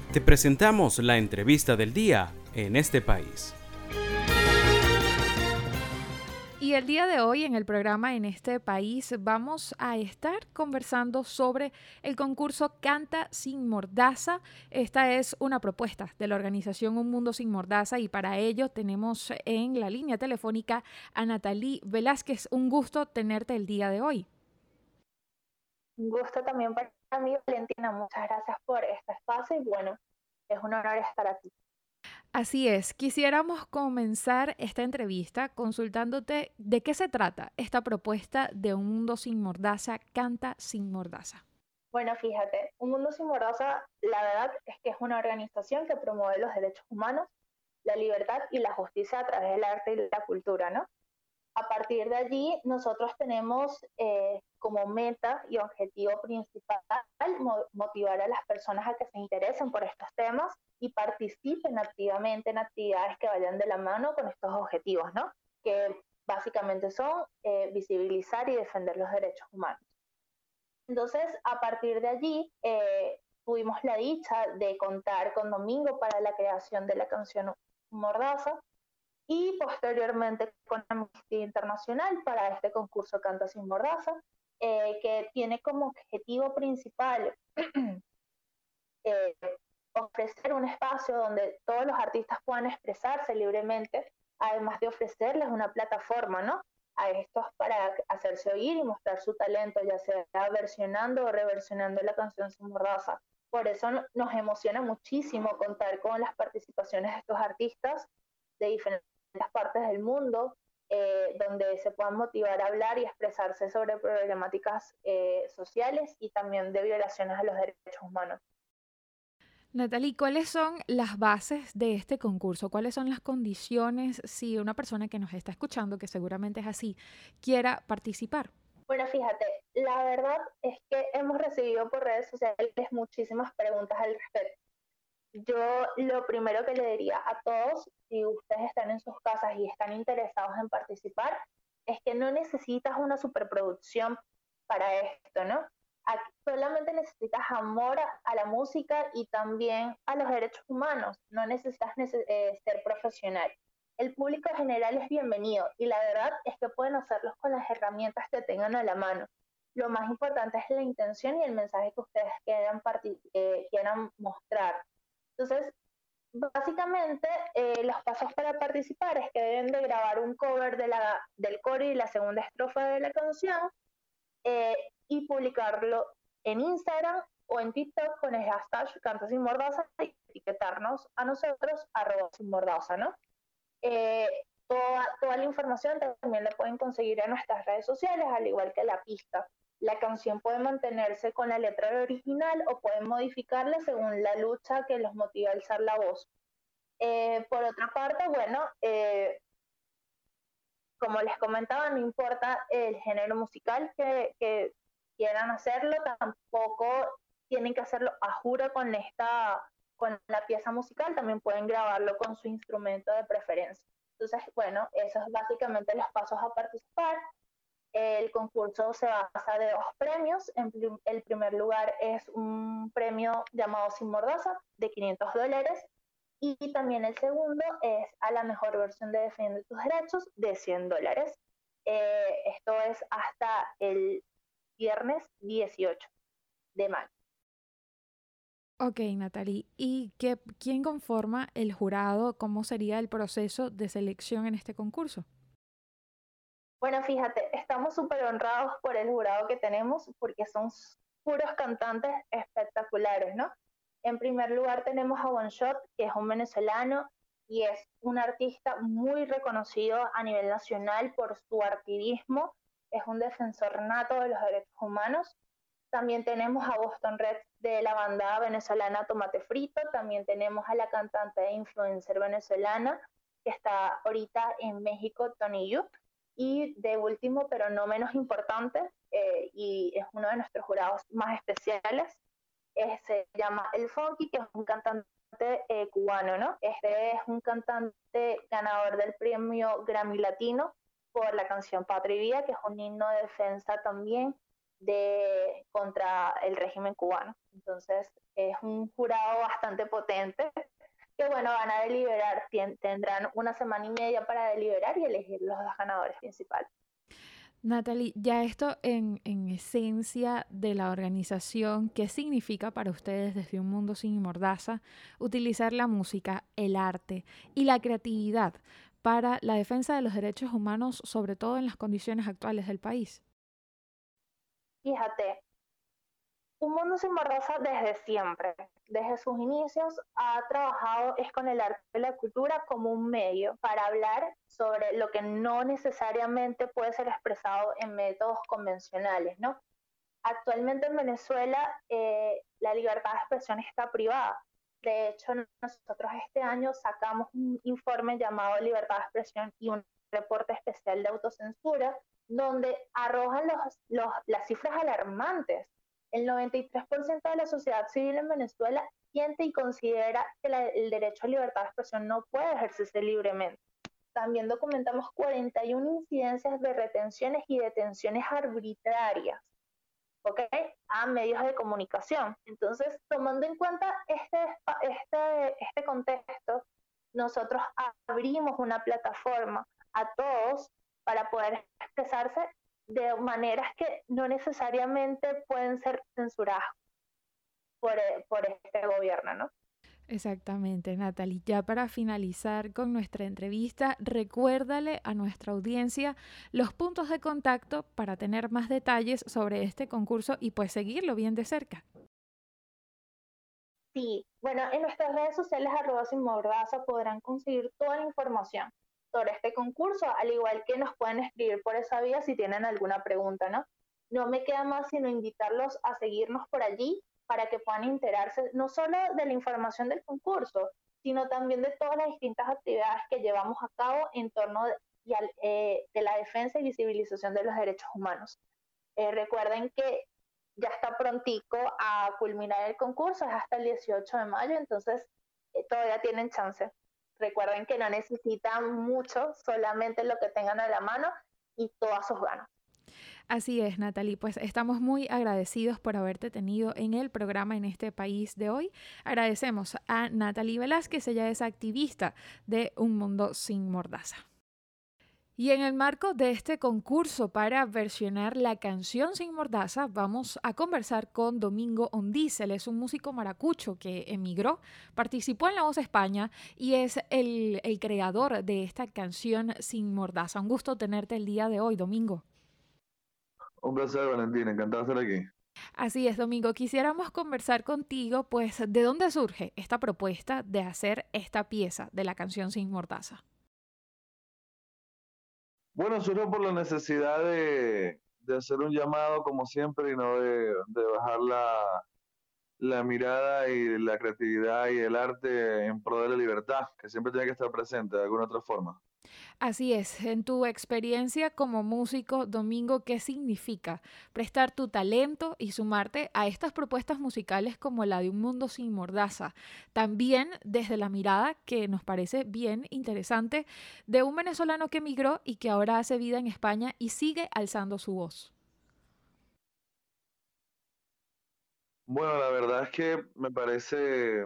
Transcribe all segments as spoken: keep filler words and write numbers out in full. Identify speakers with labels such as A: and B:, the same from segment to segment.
A: Te presentamos la entrevista del día en este país.
B: Y el día de hoy en el programa En este país vamos a estar conversando sobre el concurso Canta sin Mordaza. Esta es una propuesta de la organización Un Mundo Sin Mordaza y para ello tenemos en la línea telefónica a Natalie Velázquez. Un gusto tenerte el día de hoy.
C: Un gusto también para mí, Valentina. Muchas gracias por este espacio y bueno, es un honor estar aquí.
B: Así es, quisiéramos comenzar esta entrevista consultándote de qué se trata esta propuesta de Un Mundo Sin Mordaza, Canta sin Mordaza.
C: Bueno, fíjate, Un Mundo Sin Mordaza, la verdad es que es una organización que promueve los derechos humanos, la libertad y la justicia a través del arte y la cultura, ¿no? A partir de allí, nosotros tenemos eh, como meta y objetivo principal mo- motivar a las personas a que se interesen por estos temas y participen activamente en actividades que vayan de la mano con estos objetivos, ¿no? Que básicamente son eh, visibilizar y defender los derechos humanos. Entonces, a partir de allí, eh, tuvimos la dicha de contar con Domingo para la creación de la canción Mordaza, y posteriormente con Amnistía Internacional para este concurso Canta sin Mordaza, eh, que tiene como objetivo principal eh, ofrecer un espacio donde todos los artistas puedan expresarse libremente, además de ofrecerles una plataforma, ¿no? A estos para hacerse oír y mostrar su talento, ya sea versionando o reversionando la canción Sin Mordaza. Por eso nos emociona muchísimo contar con las participaciones de estos artistas de diferentes partes del mundo, eh, donde se puedan motivar a hablar y expresarse sobre problemáticas eh, sociales y también de violaciones a los derechos humanos.
B: Natalie, ¿cuáles son las bases de este concurso? ¿Cuáles son las condiciones si una persona que nos está escuchando, que seguramente es así, quiera participar?
C: Bueno, fíjate, la verdad es que hemos recibido por redes sociales muchísimas preguntas al respecto. Yo lo primero que le diría a todos, si ustedes están en sus casas y están interesados en participar, es que no necesitas una superproducción para esto, ¿no? Aquí solamente necesitas amor a, a la música y también a los derechos humanos. No necesitas nece- eh, ser profesional. El público en general es bienvenido y la verdad es que pueden hacerlos con las herramientas que tengan a la mano. Lo más importante es la intención y el mensaje que ustedes quieran, partic- eh, quieran mostrar. Entonces, básicamente, eh, los pasos para participar es que deben de grabar un cover de la, del coro y la segunda estrofa de la canción, eh, y publicarlo en Instagram o en TikTok con el hashtag Canta Sin Mordaza y etiquetarnos a nosotros, arroba sin mordaza, ¿no? Eh, toda, toda la información también la pueden conseguir en nuestras redes sociales, al igual que la pista. La canción puede mantenerse con la letra original o pueden modificarla según la lucha que los motiva a alzar la voz. Eh, por otra parte, bueno, eh, como les comentaba, no importa el género musical que, que quieran hacerlo, tampoco tienen que hacerlo a juro con esta con la pieza musical, también pueden grabarlo con su instrumento de preferencia. Entonces, bueno, esos es básicamente los pasos a participar. El concurso se basa de dos premios. En prim- el primer lugar es un premio llamado Sin Mordaza de quinientos dólares y también el segundo es a la mejor versión de Defiende tus Derechos de cien dólares. Eh, esto es hasta el viernes dieciocho de mayo.
B: Ok, Natalie, ¿y qué, quién conforma el jurado? ¿Cómo sería el proceso de selección en este concurso?
C: Bueno, fíjate, estamos súper honrados por el jurado que tenemos porque son puros cantantes espectaculares, ¿no? En primer lugar tenemos a One Shot, que es un venezolano y es un artista muy reconocido a nivel nacional por su activismo, es un defensor nato de los derechos humanos. También tenemos a Boston Red de la banda venezolana Tomate Frito, también tenemos a la cantante e influencer venezolana que está ahorita en México, Tony Yu. Y de último, pero no menos importante, eh, y es uno de nuestros jurados más especiales, eh, se llama El Funky, que es un cantante eh, cubano, ¿no? Este es un cantante ganador del premio Grammy Latino por la canción Patria y Vida, que es un himno de defensa también de contra el régimen cubano. Entonces es un jurado bastante potente que bueno, van a deliberar, tendrán una semana y media para deliberar y elegir los dos ganadores principales.
B: Natalie, ya esto en, en esencia de la organización, ¿qué significa para ustedes desde Un Mundo Sin Mordaza utilizar la música, el arte y la creatividad para la defensa de los derechos humanos, sobre todo en las condiciones actuales del país?
C: Fíjate, Un Mundo Sin Mordaza desde siempre, desde sus inicios, ha trabajado es con el arte y la cultura como un medio para hablar sobre lo que no necesariamente puede ser expresado en métodos convencionales, ¿no? Actualmente en Venezuela eh, la libertad de expresión está privada. De hecho, nosotros este año sacamos un informe llamado Libertad de Expresión y un reporte especial de autocensura, donde arrojan los, los, las cifras alarmantes. El noventa y tres por ciento de la sociedad civil en Venezuela siente y considera que la, el derecho a libertad de expresión no puede ejercerse libremente. También documentamos cuarenta y una incidencias de retenciones y detenciones arbitrarias, ¿ok? A medios de comunicación. Entonces, tomando en cuenta este, este, este contexto, nosotros abrimos una plataforma a todos para poder expresarse de maneras que no necesariamente pueden ser censuradas por, por este gobierno, ¿no?
B: Exactamente, Natalie. Ya para finalizar con nuestra entrevista, recuérdale a nuestra audiencia los puntos de contacto para tener más detalles sobre este concurso y pues seguirlo bien de cerca.
C: Sí, bueno, en nuestras redes sociales arroba sin mordaza podrán conseguir toda la información sobre este concurso, al igual que nos pueden escribir por esa vía si tienen alguna pregunta, ¿no? No me queda más sino invitarlos a seguirnos por allí para que puedan enterarse no solo de la información del concurso, sino también de todas las distintas actividades que llevamos a cabo en torno de, eh, de la defensa y visibilización de los derechos humanos. Eh, recuerden que ya está prontico a culminar el concurso, es hasta el dieciocho de mayo, entonces eh, todavía tienen chance. Recuerden que no necesitan mucho, solamente lo que tengan a la mano y todas sus ganas.
B: Así es, Natalie, pues estamos muy agradecidos por haberte tenido en el programa en este país de hoy. Agradecemos a Natalie Velázquez, ella es activista de Un Mundo Sin Mordaza. Y en el marco de este concurso para versionar la canción Sin Mordaza, vamos a conversar con Domingo Ondiz. Él es un músico maracucho que emigró, participó en La Voz España y es el, el creador de esta canción Sin Mordaza. Un gusto tenerte el día de hoy, Domingo.
D: Un placer, Valentina, encantado de estar aquí.
B: Así es, Domingo. Quisiéramos conversar contigo, pues, ¿de dónde surge esta propuesta de hacer esta pieza de la canción Sin Mordaza?
D: Bueno, surge por la necesidad de, de hacer un llamado, como siempre, y no de, de bajar la, la mirada y la creatividad y el arte en pro de la libertad, que siempre tiene que estar presente de alguna otra forma.
B: Así es, en tu experiencia como músico, Domingo, ¿qué significa prestar tu talento y sumarte a estas propuestas musicales como la de Un Mundo Sin Mordaza? También desde la mirada, que nos parece bien interesante, de un venezolano que emigró y que ahora hace vida en España y sigue alzando su voz.
D: Bueno, la verdad es que me parece,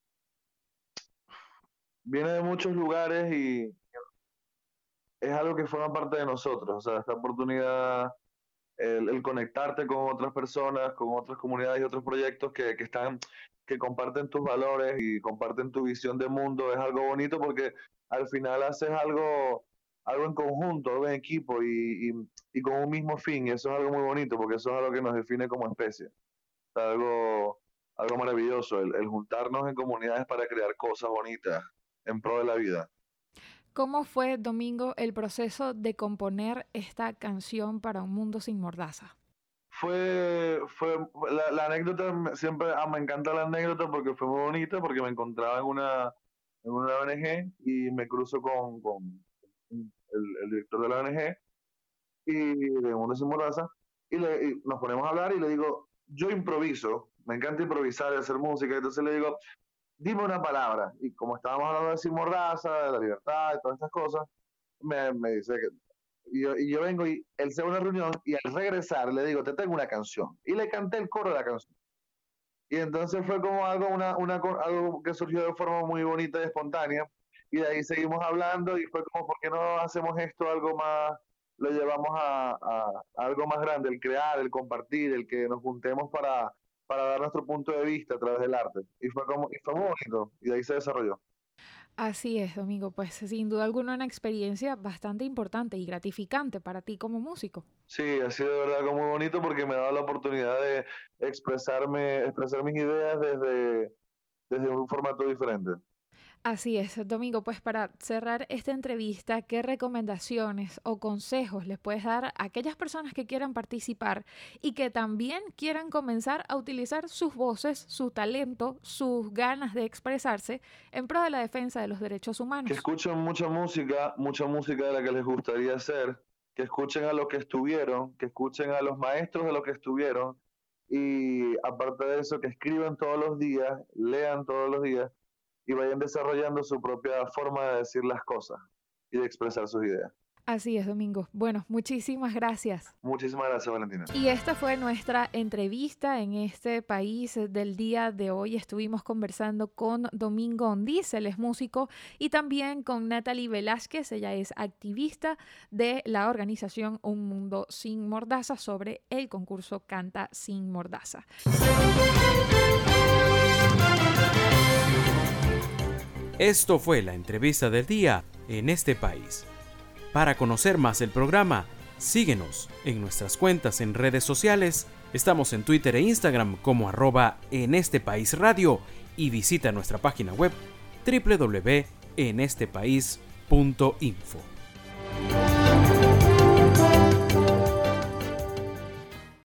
D: viene de muchos lugares y es algo que forma parte de nosotros, o sea, esta oportunidad, el, el conectarte con otras personas, con otras comunidades y otros proyectos que, que están, que comparten tus valores y comparten tu visión de mundo, es algo bonito porque al final haces algo, algo en conjunto, algo en equipo y, y, y con un mismo fin, y eso es algo muy bonito porque eso es algo que nos define como especie, o sea, algo, algo maravilloso, el, el juntarnos en comunidades para crear cosas bonitas en pro de la vida.
B: ¿Cómo fue, Domingo, el proceso de componer esta canción para Un Mundo Sin Mordaza?
D: Fue, fue la, la anécdota, siempre ah, me encanta la anécdota porque fue muy bonita, porque me encontraba en una, en una O N G y me cruzo con, con el, el director de la O N G y de Mundo Sin Mordaza y, le, y nos ponemos a hablar y le digo, yo improviso, me encanta improvisar y hacer música, entonces le digo, dime una palabra, y como estábamos hablando de Sin Mordaza, de la libertad y todas estas cosas, me, me dice que Y yo, y yo vengo y él se va a una reunión y al regresar le digo, te tengo una canción. Y le canté el coro de la canción. Y entonces fue como algo, una, una, algo que surgió de forma muy bonita y espontánea. Y de ahí seguimos hablando y fue como, ¿por qué no hacemos esto algo más, lo llevamos a, a, a algo más grande, el crear, el compartir, el que nos juntemos para, para dar nuestro punto de vista a través del arte? Y fue como, y fue muy bonito, y de ahí se desarrolló.
B: Así es, Domingo, pues sin duda alguna una experiencia bastante importante y gratificante para ti como músico.
D: Sí, ha sido de verdad algo muy bonito porque me ha dado la oportunidad de expresarme, expresar mis ideas desde, desde un formato diferente.
B: Así es, Domingo, pues para cerrar esta entrevista, ¿qué recomendaciones o consejos les puedes dar a aquellas personas que quieran participar y que también quieran comenzar a utilizar sus voces, su talento, sus ganas de expresarse en pro de la defensa de los derechos humanos?
D: Que escuchen mucha música, mucha música de la que les gustaría hacer, que escuchen a los que estuvieron, que escuchen a los maestros de los que estuvieron y aparte de eso, que escriban todos los días, lean todos los días y vayan desarrollando su propia forma de decir las cosas y de expresar sus ideas.
B: Así es, Domingo. Bueno, muchísimas gracias.
D: Muchísimas gracias, Valentina.
B: Y esta fue nuestra entrevista en este país del día de hoy. Estuvimos conversando con Domingo Ondiz, él es músico, y también con Natalie Velázquez, ella es activista de la organización Un Mundo Sin Mordaza sobre el concurso Canta Sin Mordaza.
A: Esto fue la entrevista del día en este país. Para conocer más el programa, síguenos en nuestras cuentas en redes sociales. Estamos en Twitter e Instagram como arroba en este país radio y visita nuestra página web doble u doble u doble u punto en este país punto info.